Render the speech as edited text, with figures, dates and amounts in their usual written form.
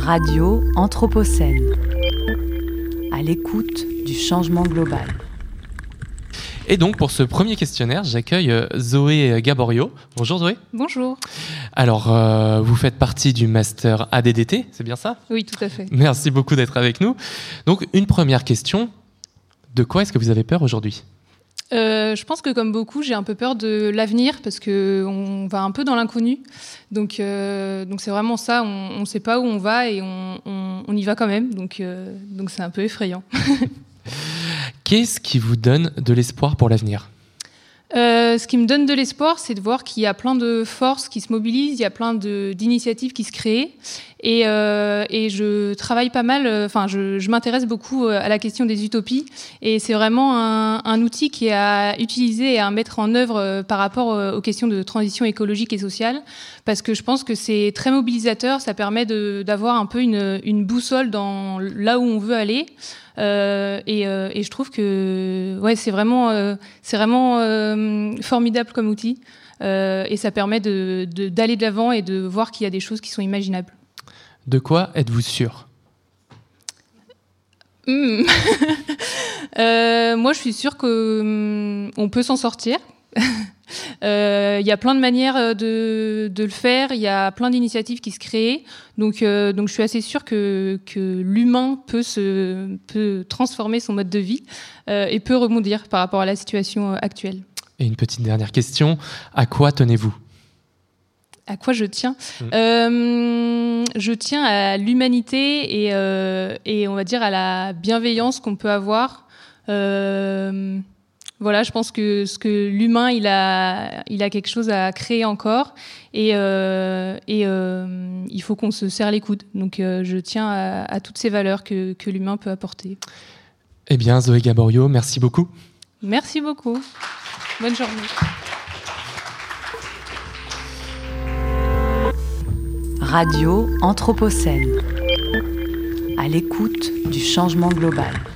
Radio Anthropocène, à l'écoute du changement global. Et donc, pour ce premier questionnaire, j'accueille Zoé Gaborio. Bonjour Zoé. Bonjour. Alors, vous faites partie du master ADDT, c'est bien ça ? Oui, tout à fait. Merci beaucoup d'être avec nous. Donc, une première question. De quoi est-ce que vous avez peur aujourd'hui ? Je pense que comme beaucoup, j'ai un peu peur de l'avenir parce qu'on va un peu dans l'inconnu. Donc c'est vraiment ça, on ne sait pas où on va et on y va quand même. Donc c'est un peu effrayant. Qu'est-ce qui vous donne de l'espoir pour l'avenir ? Ce qui me donne de l'espoir, c'est de voir qu'il y a plein de forces qui se mobilisent, il y a plein d'initiatives qui se créent. Et je travaille pas mal, je m'intéresse beaucoup à la question des utopies. Et c'est vraiment un outil qui est à utiliser et à mettre en œuvre par rapport aux questions de transition écologique et sociale. Parce que je pense que c'est très mobilisateur, ça permet d'avoir un peu une boussole dans là où on veut aller. Et je trouve que c'est vraiment formidable comme outil et ça permet d'aller de l'avant et de voir qu'il y a des choses qui sont imaginables. De quoi êtes-vous sûr ? Moi, je suis sûre qu'on peut s'en sortir. Il y a plein de manières de le faire, il y a plein d'initiatives qui se créent, donc je suis assez sûre que l'humain peut transformer son mode de vie et peut rebondir par rapport à la situation actuelle. Et une petite dernière question, à quoi tenez-vous ? À quoi je tiens ? Je tiens à l'humanité et on va dire à la bienveillance qu'on peut avoir. Voilà, je pense que l'humain, il a quelque chose à créer encore et il faut qu'on se serre les coudes. Donc, je tiens à toutes ces valeurs que l'humain peut apporter. Eh bien, Zoé Gaborio, merci beaucoup. Merci beaucoup. Bonne journée. Radio Anthropocène, à l'écoute du changement global.